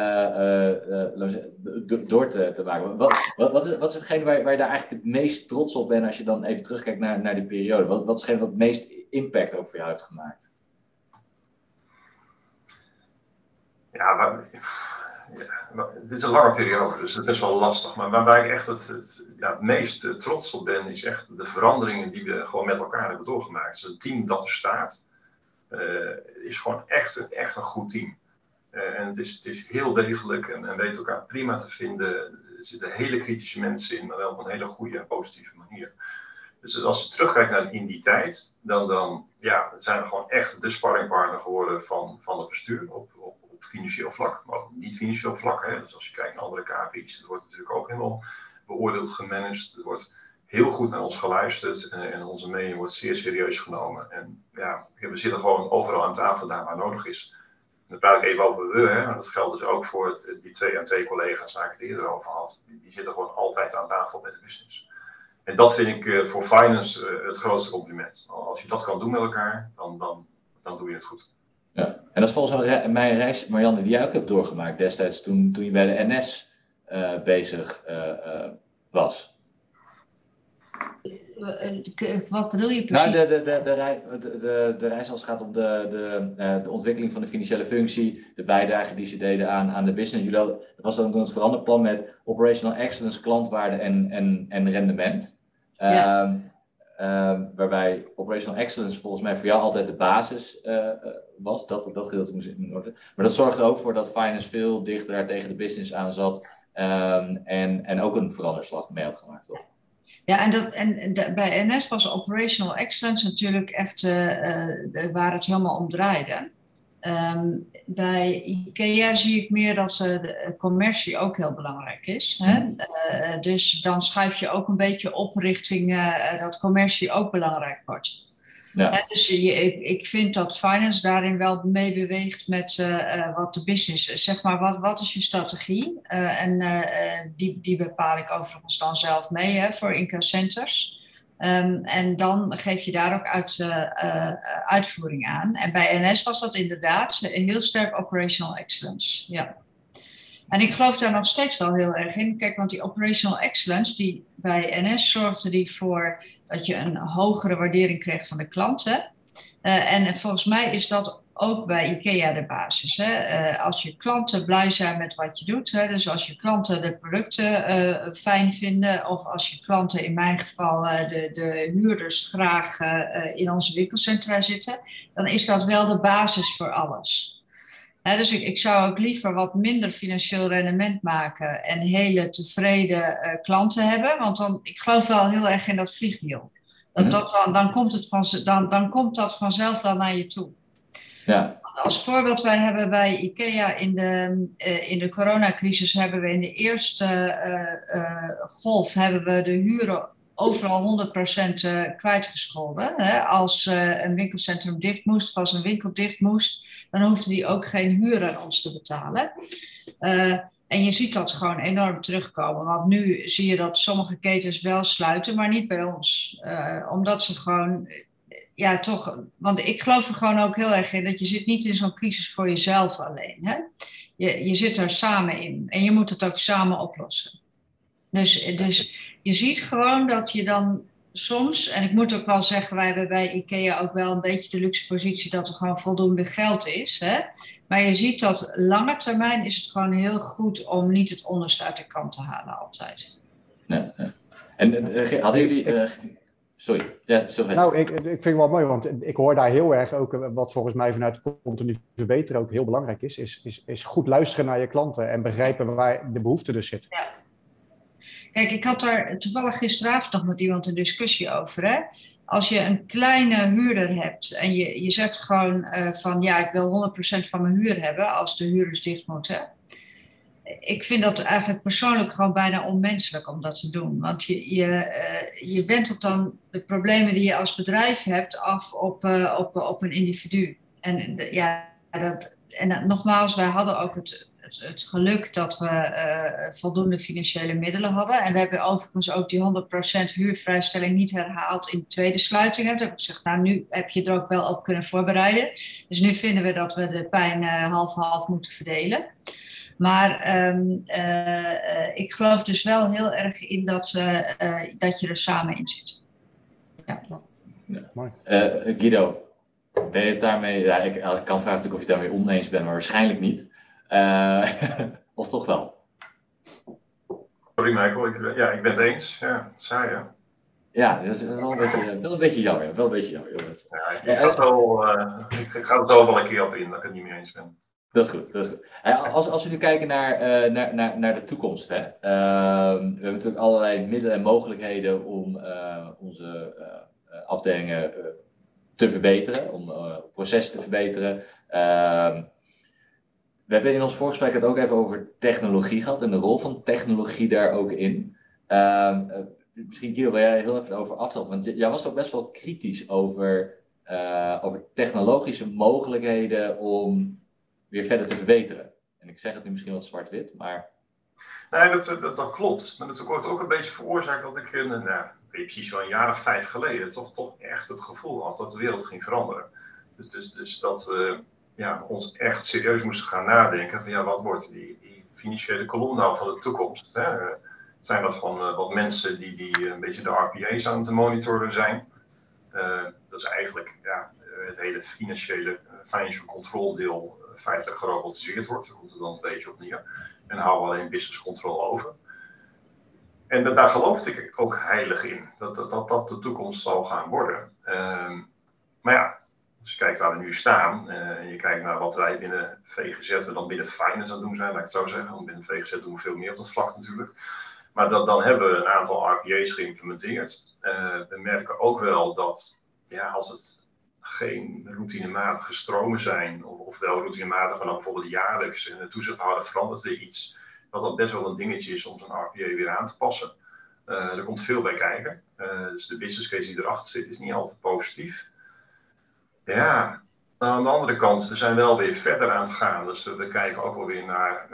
door te maken. Wat is hetgeen waar je daar eigenlijk het meest trots op bent als je dan even terugkijkt naar die periode? Wat is hetgeen wat het meest impact ook voor jou heeft gemaakt? Het is een lange periode, dus het is best wel lastig. Maar waar ik echt het meest trots op ben, is echt de veranderingen die we gewoon met elkaar hebben doorgemaakt. Dus het team dat er staat, is gewoon echt een goed team. En het is heel degelijk en weet elkaar prima te vinden. Er zitten hele kritische mensen in, maar wel op een hele goede en positieve manier. Dus als je terugkijkt in die tijd, dan zijn we gewoon echt de sparringpartner geworden van het bestuur op financieel vlak, maar ook niet financieel vlak. Hè. Dus als je kijkt naar andere KPI's, dat wordt natuurlijk ook helemaal beoordeeld, gemanaged. Er wordt heel goed naar ons geluisterd en onze mening wordt zeer serieus genomen. En we zitten gewoon overal aan tafel daar waar nodig is. En dan praat ik even over we, hè, maar dat geldt dus ook voor die twee collega's waar ik het eerder over had. Die zitten gewoon altijd aan tafel bij de business. En dat vind ik voor finance het grootste compliment. Als je dat kan doen met elkaar, dan doe je het goed. Ja, en dat is volgens mij een reis, Marianne, die jij ook hebt doorgemaakt destijds toen je bij de NS bezig was. Wat bedoel je precies? Nou, de reis als het gaat om de ontwikkeling van de financiële functie, de bijdrage die ze deden aan de business. Dat was dan het veranderplan met operational excellence, klantwaarde en rendement. Waarbij operational excellence volgens mij voor jou altijd de basis was. Dat gedeelte moest in orde. Maar dat zorgde ook voor dat finance veel dichter daar tegen de business aan zat. En ook een veranderslag mee had gemaakt, toch? Ja, bij NS was operational excellence natuurlijk echt waar het helemaal om draaide. Bij IKEA zie ik meer dat de commercie ook heel belangrijk is. Hè? Dus dan schuif je ook een beetje op richting dat commercie ook belangrijk wordt. Ja. Dus ik vind dat finance daarin wel meebeweegt met wat de business is. Zeg maar, wat is je strategie? Die bepaal ik overigens dan zelf mee voor Inca Centers. En dan geef je daar ook uitvoering aan. En bij NS was dat inderdaad heel sterk operational excellence. Ja. En ik geloof daar nog steeds wel heel erg in. Kijk, want die operational excellence, die bij NS zorgde die voor dat je een hogere waardering kreeg van de klanten. En volgens mij is dat ook bij IKEA de basis. Hè? Als je klanten blij zijn met wat je doet, hè? Dus als je klanten de producten fijn vinden, of als je klanten, in mijn geval de huurders, graag in onze winkelcentra zitten, dan is dat wel de basis voor alles. Dus ik zou ook liever wat minder financieel rendement maken en hele tevreden klanten hebben. Want ik geloof wel heel erg in dat vliegwiel. Dan komt dat vanzelf wel naar je toe. Ja. Als voorbeeld, wij hebben bij IKEA in de coronacrisis hebben we in de eerste golf hebben we de huren overal 100% kwijtgescholden. Als een winkelcentrum dicht moest, of als een winkel dicht moest, dan hoefde die ook geen huur aan ons te betalen. En je ziet dat gewoon enorm terugkomen. Want nu zie je dat sommige ketens wel sluiten, maar niet bij ons. Omdat ze gewoon, ja toch, want ik geloof er gewoon ook heel erg in dat je zit niet in zo'n crisis voor jezelf alleen. Hè? Je zit er samen in en je moet het ook samen oplossen. Dus je ziet gewoon dat je dan soms, en ik moet ook wel zeggen, wij hebben bij IKEA ook wel een beetje de luxe positie dat er gewoon voldoende geld is. Hè? Maar je ziet dat lange termijn is het gewoon heel goed om niet het onderste uit de kant te halen altijd. Ja. En hadden jullie... sorry. Ja, sorry. Nou, ik vind het wel mooi, want ik hoor daar heel erg ook, wat volgens mij vanuit continu verbeteren ook heel belangrijk is goed luisteren naar je klanten en begrijpen waar de behoefte dus zit. Ja. Kijk, ik had daar toevallig gisteravond nog met iemand een discussie over. Hè? Als je een kleine huurder hebt en je zegt gewoon van ja, ik wil 100% van mijn huur hebben als de huurders dicht moeten. Ik vind dat eigenlijk persoonlijk gewoon bijna onmenselijk om dat te doen. Want je wentelt dan de problemen die je als bedrijf hebt af op een individu. En nogmaals, wij hadden ook het geluk dat we voldoende financiële middelen hadden. En we hebben overigens ook die 100% huurvrijstelling niet herhaald in de tweede sluiting. We hebben gezegd, nou nu heb je er ook wel op kunnen voorbereiden. Dus nu vinden we dat we de pijn half-half moeten verdelen. Maar ik geloof dus wel heel erg in dat je er samen in zit. Ja. Mooi. Guido, ben je het daarmee... Ja, ik kan vragen natuurlijk of je het daarmee oneens bent, maar waarschijnlijk niet. Of toch wel? Sorry Michael, ik ben het eens. Ja, saai hè? Ja, dat is wel een beetje jammer. Wel een beetje jammer. Ja, ik ga er zo wel een keer op in dat ik het niet mee eens ben. Dat is goed, dat is goed. Als we nu kijken naar de toekomst. Hè? We hebben natuurlijk allerlei middelen en mogelijkheden om onze afdelingen te verbeteren, om processen te verbeteren. We hebben in ons voorgesprek het ook even over technologie gehad en de rol van technologie daar ook in. Misschien Guido, wil jij heel even over afstappen, want jij was ook best wel kritisch over technologische mogelijkheden om weer verder te verbeteren. En ik zeg het nu misschien wat zwart-wit, maar... Nee, dat klopt. Maar dat wordt ook een beetje veroorzaakt dat ik precies wel een jaar of 5 geleden toch echt het gevoel had dat de wereld ging veranderen. Dus dat we ons echt serieus moesten gaan nadenken van wat wordt die financiële kolom nou van de toekomst. Hè? Zijn dat van wat mensen die een beetje de RPA's aan het monitoren zijn. Dat is eigenlijk het hele financial control deel feitelijk gerobotiseerd wordt. Daar komt het dan een beetje op neer. En houden we alleen business control over. En daar geloofde ik ook heilig in. Dat de toekomst zal gaan worden. Maar ja, als je kijkt waar we nu staan. En je kijkt naar wat wij binnen VGZ, we dan binnen finance aan het doen zijn, laat ik het zo zeggen. Want binnen VGZ doen we veel meer op dat vlak natuurlijk. Maar dan hebben we een aantal RPA's geïmplementeerd. We merken ook wel dat als het geen routinematige stromen zijn, of wel routinematig, maar dan bijvoorbeeld jaarlijks en de toezichthouder verandert weer iets, dat best wel een dingetje is om zo'n RPA weer aan te passen. Er komt veel bij kijken. Dus de business case die erachter zit is niet altijd positief. Ja, nou, aan de andere kant, we zijn wel weer verder aan het gaan. Dus we kijken ook wel weer naar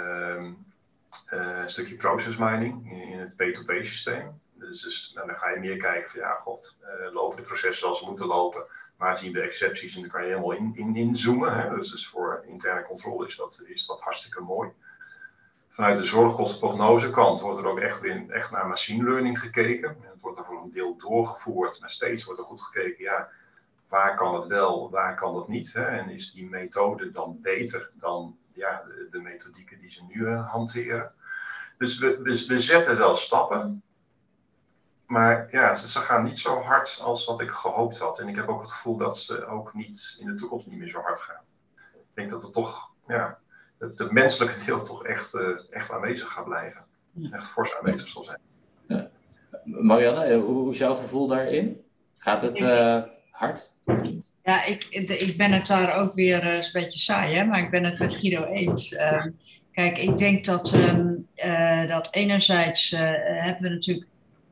een stukje process mining in het P2P systeem. Dus nou, dan ga je meer kijken van ja, god, lopen de processen zoals ze moeten lopen. Maar zien we excepties en dan kan je helemaal inzoomen. Hè? Dus voor interne controle is dat hartstikke mooi. Vanuit de zorgkostenprognosekant wordt er ook echt naar machine learning gekeken. Het wordt er voor een deel doorgevoerd, maar steeds wordt er goed gekeken, ja, waar kan het wel, waar kan het niet? Hè? En is die methode dan beter dan ja, de methodieken die ze nu hanteren? Dus we zetten wel stappen, maar ja, ze gaan niet zo hard als wat ik gehoopt had. En ik heb ook het gevoel dat ze ook niet in de toekomst niet meer zo hard gaan. Ik denk dat het toch, ja, het menselijke deel toch echt aanwezig gaat blijven. Echt fors aanwezig zal zijn. Ja. Marianne, hoe is jouw gevoel daarin? Gaat het hard? Ja, ik ben het daar ook weer een beetje saai, hè? Maar ik ben het met Guido eens. Kijk, ik denk dat enerzijds hebben we natuurlijk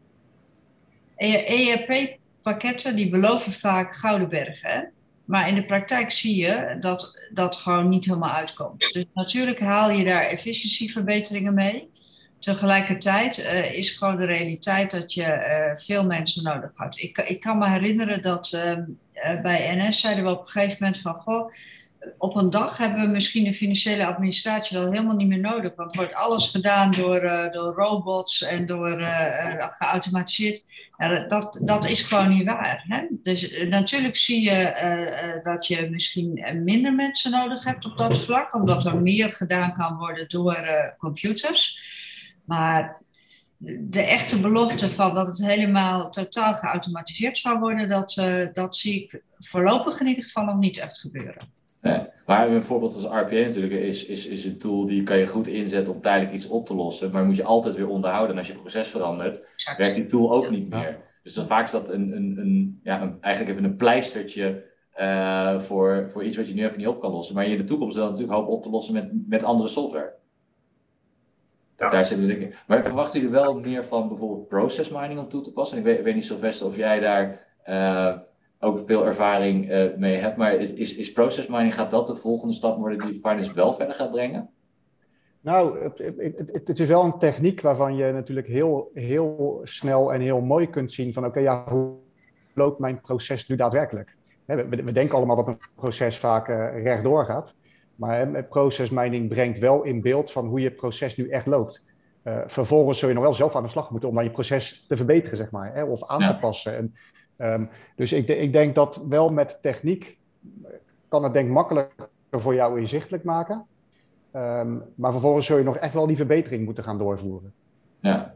ERP-pakketten die beloven vaak gouden bergen. Hè? Maar in de praktijk zie je dat dat gewoon niet helemaal uitkomt. Dus natuurlijk haal je daar efficiëntieverbeteringen mee. Tegelijkertijd is gewoon de realiteit dat je veel mensen nodig hebt. Ik kan me herinneren dat bij NS zeiden we op een gegeven moment van, goh, op een dag hebben we misschien de financiële administratie wel helemaal niet meer nodig. Want wordt alles gedaan door robots en door geautomatiseerd. Ja, dat is gewoon niet waar. Hè? Dus natuurlijk zie je dat je misschien minder mensen nodig hebt op dat vlak. Omdat er meer gedaan kan worden door computers. Maar de echte belofte van dat het helemaal totaal geautomatiseerd zou worden, dat zie ik voorlopig in ieder geval nog niet echt gebeuren. Nee. Maar een voorbeeld als RPA natuurlijk is een tool die kan je goed inzetten om tijdelijk iets op te lossen. Maar moet je altijd weer onderhouden. En als je het proces verandert, werkt die tool ook niet meer. Dus dan vaak is dat eigenlijk even een pleistertje voor iets wat je nu even niet op kan lossen. Maar in de toekomst dan natuurlijk hoop op te lossen met andere software. Ja. Daar zitten we denk ik. Maar verwachten jullie wel meer van bijvoorbeeld process mining om toe te passen? Ik weet niet, Sylvester, of jij daar ook veel ervaring mee hebt. Maar is process mining, gaat dat de volgende stap worden die finance wel verder gaat brengen? Nou, het is wel een techniek waarvan je natuurlijk heel snel en heel mooi kunt zien van oké, hoe loopt mijn proces nu daadwerkelijk? We denken allemaal dat een proces vaak rechtdoor gaat. Maar process mining brengt wel in beeld van hoe je proces nu echt loopt. Vervolgens zul je nog wel zelf aan de slag moeten om dan je proces te verbeteren, zeg maar, of aan te passen. Dus ik denk dat wel met techniek kan het denk ik makkelijker voor jou inzichtelijk maken. Maar vervolgens zul je nog echt wel die verbetering moeten gaan doorvoeren. Ja,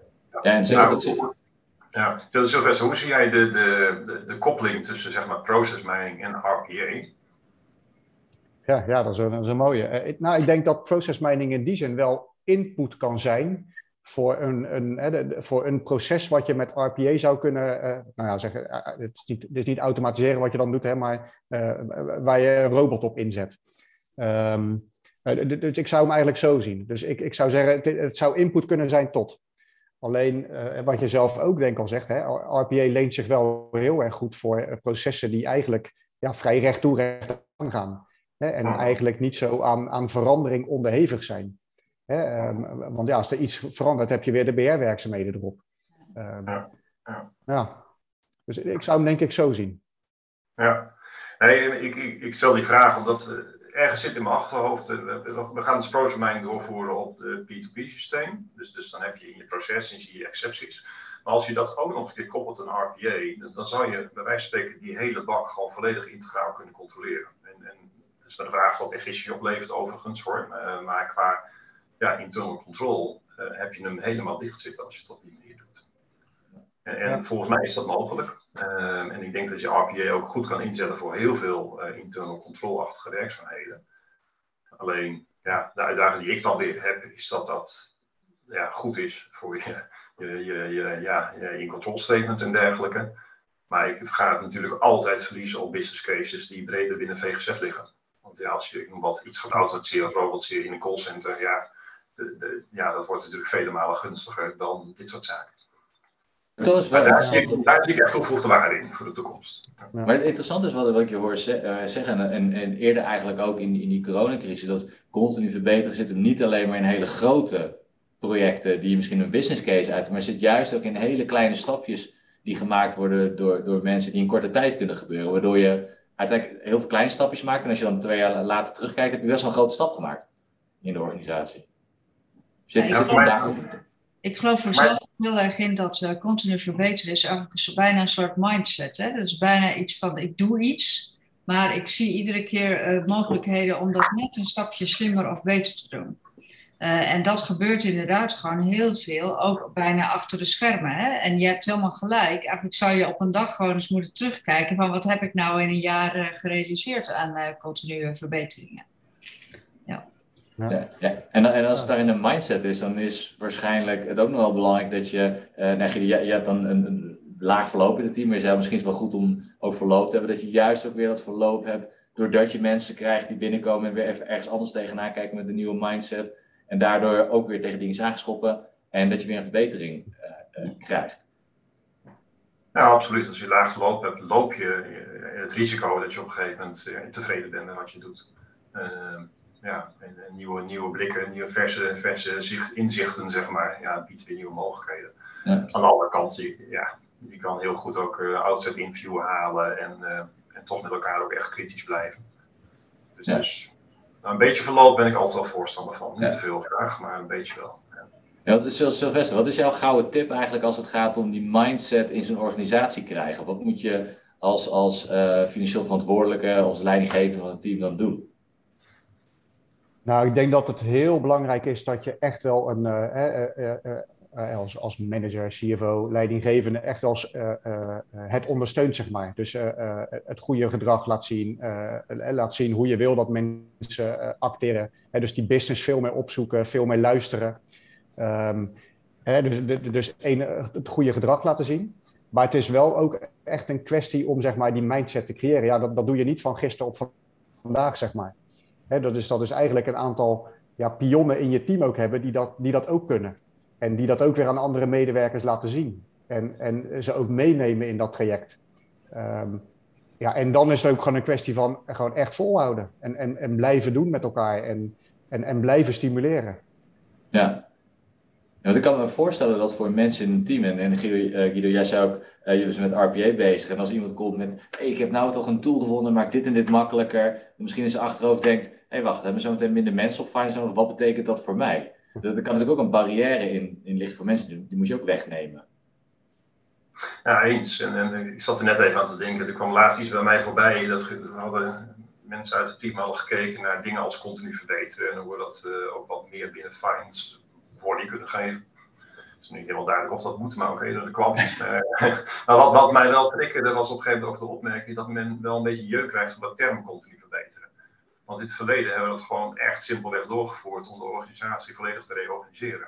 Sylvester, hoe zie jij de koppeling tussen zeg maar process mining en RPA? Ja, dat is een mooie. Ik denk dat process mining in die zin wel input kan zijn voor een proces wat je met RPA zou kunnen zeggen. Het is niet automatiseren wat je dan doet, hè, maar waar je een robot op inzet. Dus ik zou hem eigenlijk zo zien. Dus ik zou zeggen, het zou input kunnen zijn tot. Alleen, wat je zelf ook denk al zegt, hè, RPA leent zich wel heel erg goed voor processen die eigenlijk vrij recht toe recht aan gaan. En eigenlijk niet zo aan verandering onderhevig zijn. Want als er iets verandert, heb je weer de BR-werkzaamheden erop. Dus ik zou hem denk ik zo zien. Ja, nee, ik stel die vraag omdat ergens zit in mijn achterhoofd. We gaan dus process mining doorvoeren op de P2P systeem. Dus dan heb je in je proces en zie je excepties. Maar als je dat ook nog een keer koppelt aan RPA, dan zou je bij wijze van spreken die hele bak gewoon volledig integraal kunnen controleren. Dat is maar de vraag wat efficiëntie oplevert overigens hoor. Maar qua internal control heb je hem helemaal dicht zitten als je dat niet meer doet. En volgens mij is dat mogelijk. En ik denk dat je RPA ook goed kan inzetten voor heel veel internal control-achtige werkzaamheden. Alleen de uitdaging die ik dan weer heb, is dat goed is voor je in-control statement en dergelijke. Maar het gaat natuurlijk altijd verliezen op business cases die breder binnen VGZ liggen. Want als je iets gaat automatiseren of robotiseren in een callcenter, dat wordt natuurlijk vele malen gunstiger dan dit soort zaken. Dat is wel daar zie ik echt toegevoegde waarde in voor de toekomst. Ja. Maar het interessante is wat ik je hoor zeggen, en eerder eigenlijk ook in die coronacrisis, dat continu verbeteren zit hem niet alleen maar in hele grote projecten die je misschien een business case uit, maar zit juist ook in hele kleine stapjes die gemaakt worden door mensen die in korte tijd kunnen gebeuren, waardoor je uiteindelijk heel veel kleine stapjes maakt en als je dan 2 jaar later terugkijkt, heb je best wel een grote stap gemaakt in de organisatie. Ik geloof er zelf heel erg in dat continu verbeteren is eigenlijk bijna een soort mindset. Hè? Dat is bijna iets van, ik doe iets, maar ik zie iedere keer mogelijkheden om dat net een stapje slimmer of beter te doen. En dat gebeurt inderdaad gewoon heel veel, ook bijna achter de schermen. Hè? En je hebt helemaal gelijk. Eigenlijk zou je op een dag gewoon eens moeten terugkijken van wat heb ik nou in een jaar gerealiseerd aan continue verbeteringen. Ja. Ja. En als het daar in een mindset is, dan is waarschijnlijk het ook nog wel belangrijk dat je hebt dan een laag verloop in het team, maar je zei misschien is het wel goed om ook verloop te hebben, dat je juist ook weer dat verloop hebt, doordat je mensen krijgt die binnenkomen en weer even ergens anders tegenaan kijken met een nieuwe mindset en daardoor ook weer tegen dingen is aangeschoppen en dat je weer een verbetering krijgt. Ja, absoluut. Als je laag verloop hebt, loop je het risico dat je op een gegeven moment tevreden bent met wat je doet. En nieuwe blikken, nieuwe verse inzichten, zeg maar, biedt weer nieuwe mogelijkheden. Ja. Aan de andere kant, je kan heel goed ook outset interview halen en toch met elkaar ook echt kritisch blijven. Dus een beetje verloop ben ik altijd wel voorstander van. Niet te veel graag, maar een beetje wel. Ja, Sylvester, wat is jouw gouden tip eigenlijk als het gaat om die mindset in zo'n organisatie krijgen? Wat moet je als financieel verantwoordelijke, als leidinggevende van het team dan doen? Nou, ik denk dat het heel belangrijk is dat je echt wel als manager, CFO, leidinggevende echt wel het ondersteunt, zeg maar. Dus het goede gedrag laat zien hoe je wil dat mensen acteren. Dus die business veel meer opzoeken, veel meer luisteren. Dus het goede gedrag laten zien. Maar het is wel ook echt een kwestie om, zeg maar, die mindset te creëren. Ja, dat doe je niet van gisteren op vandaag, zeg maar. Dat is eigenlijk een aantal pionnen in je team ook hebben die dat ook kunnen. En die dat ook weer aan andere medewerkers laten zien. En ze ook meenemen in dat traject. En dan is het ook gewoon een kwestie van gewoon echt volhouden. En blijven doen met elkaar. En blijven stimuleren. Ja. Want ik kan me voorstellen dat voor mensen in een team, en Guido, jij zei ook, je was met RPA bezig. En als iemand komt met, ik heb nou toch een tool gevonden, maakt dit en dit makkelijker. Misschien in zijn achterhoofd denkt, wacht, we hebben zo meteen minder mensen op finance nodig. Wat betekent dat voor mij? Er kan natuurlijk ook een barrière in liggen voor mensen, die moet je ook wegnemen. Ja, eens. En ik zat er net even aan te denken, er kwam laatst iets bij mij voorbij. We hadden mensen uit het team hadden gekeken naar dingen als continu verbeteren. En hoe we dat ook wat meer binnen finance body kunnen geven. Het is niet helemaal duidelijk of dat moet, maar oké, er kwam iets. Maar wat mij wel triggerde was op een gegeven moment ook de opmerking dat men wel een beetje jeuk krijgt van de term continu verbeteren. Want in het verleden hebben we dat gewoon echt simpelweg doorgevoerd om de organisatie volledig te reorganiseren.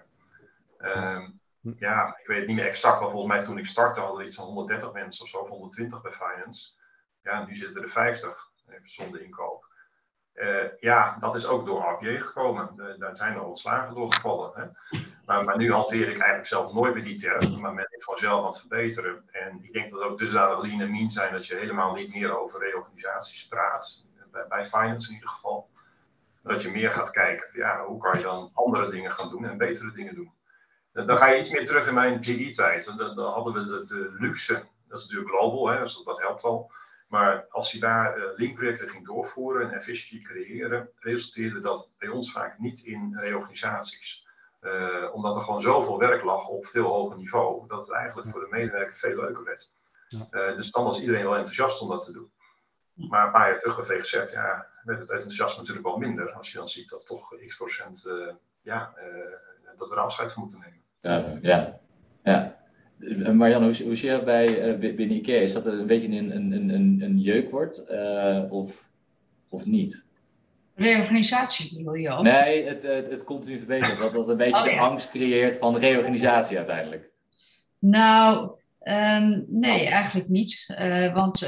Ik weet het niet meer exact, maar volgens mij toen ik startte hadden we iets van 130 mensen of zo, of 120 bij Finance. Ja, nu zitten er 50, even zonder inkoop. Dat is ook door RPA gekomen. Daar zijn er ontslagen doorgevallen. Hè? Maar nu hanteer ik eigenlijk zelf nooit meer die term, maar men is gewoon zelf aan het verbeteren. En ik denk dat het ook dusdanig lean en mean zijn dat je helemaal niet meer over reorganisaties praat. Bij finance in ieder geval. Dat je meer gaat kijken van, hoe kan je dan andere dingen gaan doen en betere dingen doen. Dan ga je iets meer terug in mijn GE-tijd. Dan hadden we de luxe, dat is natuurlijk global, hè, dus dat helpt al. Maar als je daar linkprojecten ging doorvoeren en efficiëntie creëren, resulteerde dat bij ons vaak niet in reorganisaties. Omdat er gewoon zoveel werk lag op veel hoger niveau, dat het eigenlijk voor de medewerker veel leuker werd. Dus dan was iedereen wel enthousiast om dat te doen. Maar een paar jaar terug bij VGZ, werd het enthousiasme natuurlijk wel minder. Als je dan ziet dat toch x% dat we er afscheid van moeten nemen. Ja. Marianne, hoe zie je dat binnen IKEA? Is dat een beetje een jeukwoord of niet? Reorganisatie bedoel je? Of? Nee, het continu verbeteren. Dat een beetje de angst creëert van reorganisatie uiteindelijk. Nou, Nee, eigenlijk niet. Want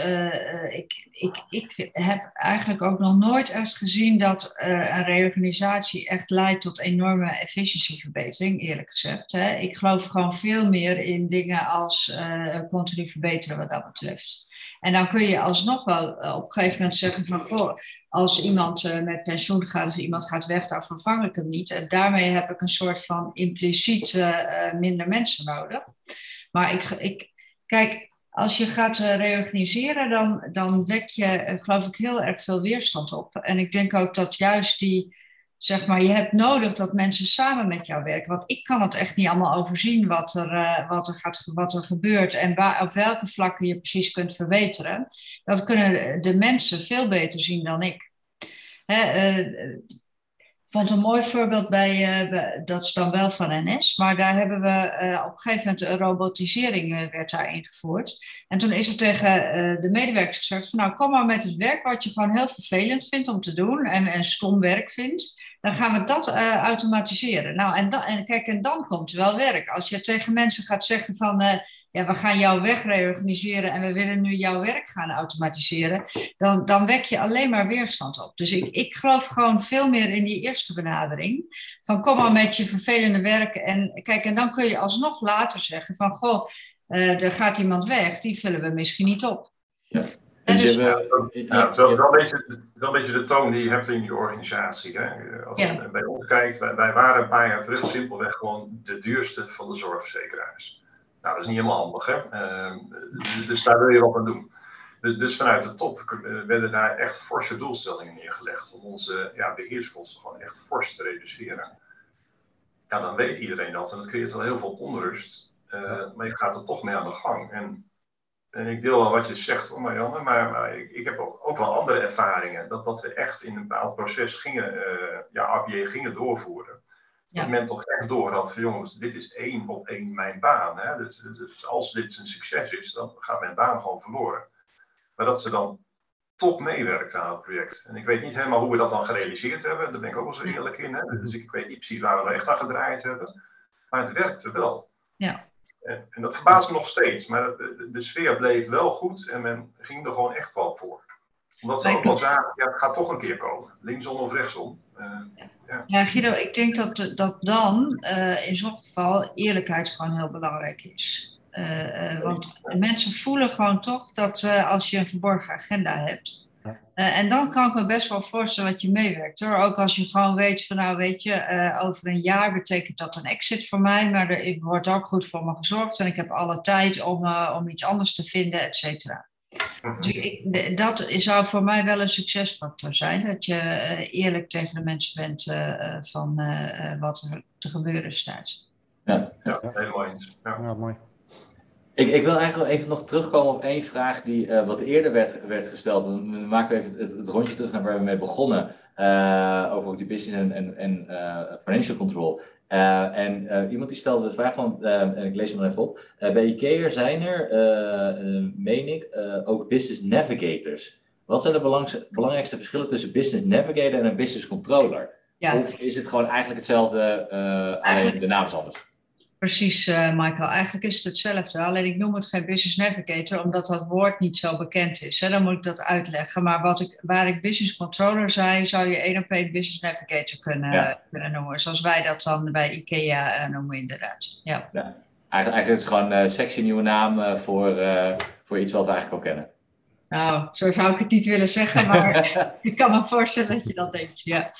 ik heb eigenlijk ook nog nooit echt gezien dat een reorganisatie echt leidt tot enorme efficiëntieverbetering, eerlijk gezegd. Hè. Ik geloof gewoon veel meer in dingen als continu verbeteren wat dat betreft. En dan kun je alsnog wel op een gegeven moment zeggen van, goh, als iemand met pensioen gaat of iemand gaat weg, dan vervang ik hem niet. En daarmee heb ik een soort van impliciet minder mensen nodig. Maar kijk, als je gaat reorganiseren, dan wek je, geloof ik, heel erg veel weerstand op. En ik denk ook dat juist zeg maar, je hebt nodig dat mensen samen met jou werken. Want ik kan het echt niet allemaal overzien wat er gebeurt en op welke vlakken je precies kunt verbeteren. Dat kunnen de mensen veel beter zien dan ik. Ik vond een mooi voorbeeld dat is dan wel van NS, maar daar hebben we op een gegeven moment robotisering werd daar ingevoerd. En toen is er tegen de medewerkers gezegd van nou kom maar met het werk wat je gewoon heel vervelend vindt om te doen en stom werk vindt. Dan gaan we dat automatiseren. Nou, en dan komt er wel werk. Als je tegen mensen gaat zeggen van ja, we gaan jouw weg reorganiseren en we willen nu jouw werk gaan automatiseren, dan wek je alleen maar weerstand op. Dus ik geloof gewoon veel meer in die eerste benadering. Van kom maar met je vervelende werk en dan kun je alsnog later zeggen van goh, er gaat iemand weg, die vullen we misschien niet op. Ja. Het is wel een beetje de toon die je hebt in je organisatie. Hè? Als je bij ons kijkt, wij waren een paar jaar terug simpelweg gewoon de duurste van de zorgverzekeraars. Nou, dat is niet helemaal handig, hè? Dus daar wil je wat aan doen. Dus vanuit de top werden daar echt forse doelstellingen neergelegd om onze beheerskosten gewoon echt fors te reduceren. Ja, dan weet iedereen dat en dat creëert wel heel veel onrust, maar je gaat er toch mee aan de gang. En ik deel wel wat je zegt, Marianne, maar ik heb ook wel andere ervaringen. Dat we echt in een bepaald proces APJ gingen doorvoeren. Ja. Dat men toch echt door had van jongens, dit is 1 op 1 mijn baan. Hè? Dus als dit een succes is, dan gaat mijn baan gewoon verloren. Maar dat ze dan toch meewerkt aan het project. En ik weet niet helemaal hoe we dat dan gerealiseerd hebben. Daar ben ik ook wel zo eerlijk in. Hè? Dus ik weet niet precies waar we nou echt aan gedraaid hebben. Maar het werkte wel. Ja. En dat verbaast me nog steeds. Maar de sfeer bleef wel goed en men ging er gewoon echt wel voor. Omdat ze ook wel zagen, ja, het gaat toch een keer komen. Linksom of rechtsom. Ja, Guido, ik denk dat dan in zo'n geval eerlijkheid gewoon heel belangrijk is. Want mensen voelen gewoon toch dat als je een verborgen agenda hebt. En dan kan ik me best wel voorstellen dat je meewerkt hoor. Ook als je gewoon weet van nou weet je, over een jaar betekent dat een exit voor mij. Maar er wordt ook goed voor me gezorgd. En ik heb alle tijd om iets anders te vinden, et cetera. Dus dat zou voor mij wel een succesfactor zijn. Dat je eerlijk tegen de mensen bent van wat er te gebeuren staat. Ja, heel mooi. Ja, mooi. Ik wil eigenlijk even nog terugkomen op één vraag die wat eerder werd gesteld. Dan maken we even het rondje terug naar waar we mee begonnen. Over die business en financial control. Iemand die stelde de vraag van, en ik lees hem even op. Bij IKEA zijn er, meen ik, ook business navigators. Wat zijn de belangrijkste verschillen tussen business navigator en een business controller? Ja. Of is het gewoon eigenlijk hetzelfde, alleen de naam is anders? Precies, Michael. Eigenlijk is het hetzelfde. Alleen ik noem het geen business navigator, omdat dat woord niet zo bekend is. Hè? Dan moet ik dat uitleggen. Maar waar ik business controller zei, zou je 1 op 1 business navigator kunnen noemen. Zoals wij dat dan bij IKEA noemen, inderdaad. Ja. Ja. Eigenlijk is het gewoon een sexy nieuwe naam voor iets wat we eigenlijk al kennen. Nou, zo zou ik het niet willen zeggen, maar ik kan me voorstellen dat je dat denkt, ja.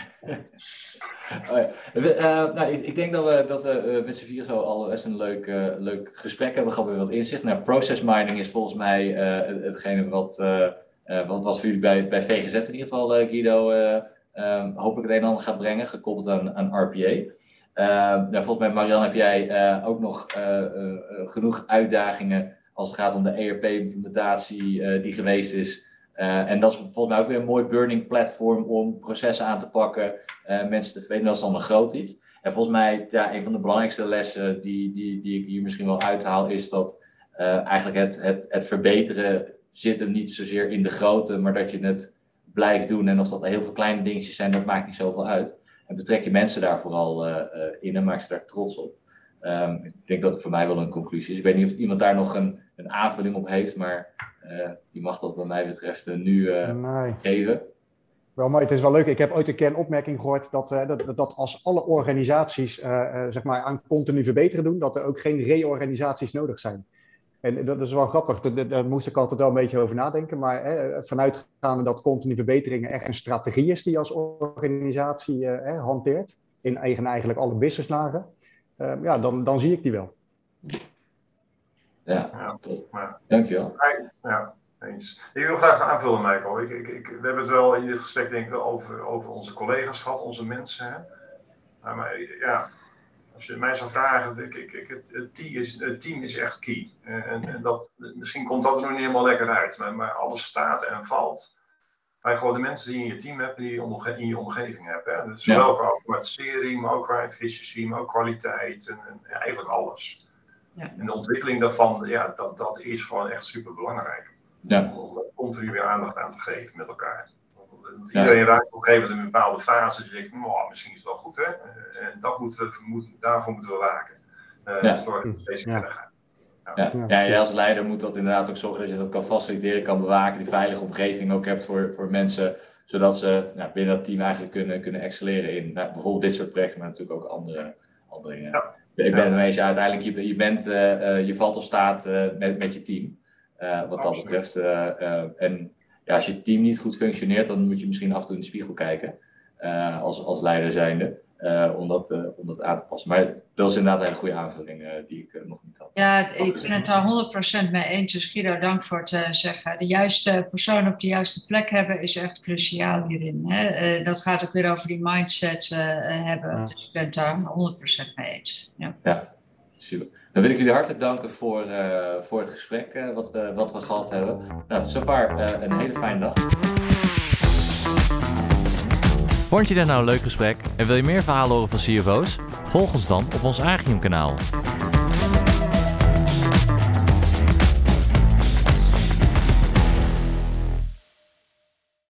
Ik denk dat we met z'n vier zo al best een leuk gesprek hebben gehad met wat inzicht. Nou, process mining is volgens mij hetgene wat voor jullie bij VGZ in ieder geval, Guido, hopelijk het een en ander gaat brengen, gekoppeld aan RPA. Volgens mij, Marianne, heb jij ook nog genoeg uitdagingen als het gaat om de ERP-implementatie die geweest is. En dat is volgens mij ook weer een mooi burning platform om processen aan te pakken, mensen te verbeteren. Dat is dan een groot iets. En volgens mij, een van de belangrijkste lessen die ik hier misschien wel uithaal, is dat eigenlijk het verbeteren zit hem niet zozeer in de grootte, maar dat je het blijft doen. En of dat heel veel kleine dingetjes zijn, dat maakt niet zoveel uit. En betrek je mensen daar vooral in en maak ze daar trots op. Ik denk dat het voor mij wel een conclusie is. Ik weet niet of iemand daar nog een aanvulling op heeft, maar die mag dat wat mij betreft nu geven. Wel mooi, het is wel leuk. Ik heb ooit een keer een opmerking gehoord dat als alle organisaties zeg maar aan continu verbeteren doen, dat er ook geen reorganisaties nodig zijn. En dat is wel grappig, daar moest ik altijd wel een beetje over nadenken. Maar vanuitgaande dat continu verbeteringen echt een strategie is die je als organisatie hanteert, in eigenlijk alle businesslagen, dan zie ik die wel. Ja, top. Dankjewel. Ja, eens. Ik wil graag aanvullen, Michael. We hebben het wel in dit gesprek denk ik wel over onze collega's gehad, onze mensen. Hè? Maar ja, als je mij zou vragen, het team is echt key. En misschien komt dat er nog niet helemaal lekker uit, maar alles staat en valt bij gewoon de mensen die je in je team hebt, die je in je omgeving hebt. Hè? Dus zowel qua automatisering, maar ook qua efficiëntie, maar ook kwaliteit en eigenlijk alles. Ja. En de ontwikkeling daarvan, dat is gewoon echt super belangrijk. Ja. Om er continu weer aandacht aan te geven met elkaar. Want iedereen raakt op een gegeven moment in een bepaalde fase. Die denkt, misschien is het wel goed, hè? En daarvoor moeten we waken. Zorg dat het steeds verder gaat. Jij als leider moet dat inderdaad ook zorgen dat je dat kan faciliteren, kan bewaken, die veilige omgeving ook hebt voor mensen, zodat ze binnen dat team eigenlijk kunnen excelleren in bijvoorbeeld dit soort projecten, maar natuurlijk ook andere dingen. Ja. Ik ben het ermee eens, uiteindelijk je valt of staat met je team, wat dat betreft. En als je team niet goed functioneert, dan moet je misschien af en toe in de spiegel kijken, als leider zijnde. Om dat aan te passen. Maar dat is inderdaad een hele goede aanvulling die ik nog niet had. Ja, ik ben het daar 100% mee eens. Dus Guido, dank voor het zeggen. De juiste persoon op de juiste plek hebben is echt cruciaal hierin. Hè? Dat gaat ook weer over die mindset hebben. Ja. Dus ik ben het daar 100% mee eens. Ja, super. Dan wil ik jullie hartelijk danken voor het gesprek wat we gehad hebben. Nou, zover een hele fijne dag. Vond je dit nou een leuk gesprek en wil je meer verhalen horen van CFO's? Volg ons dan op ons Agium kanaal.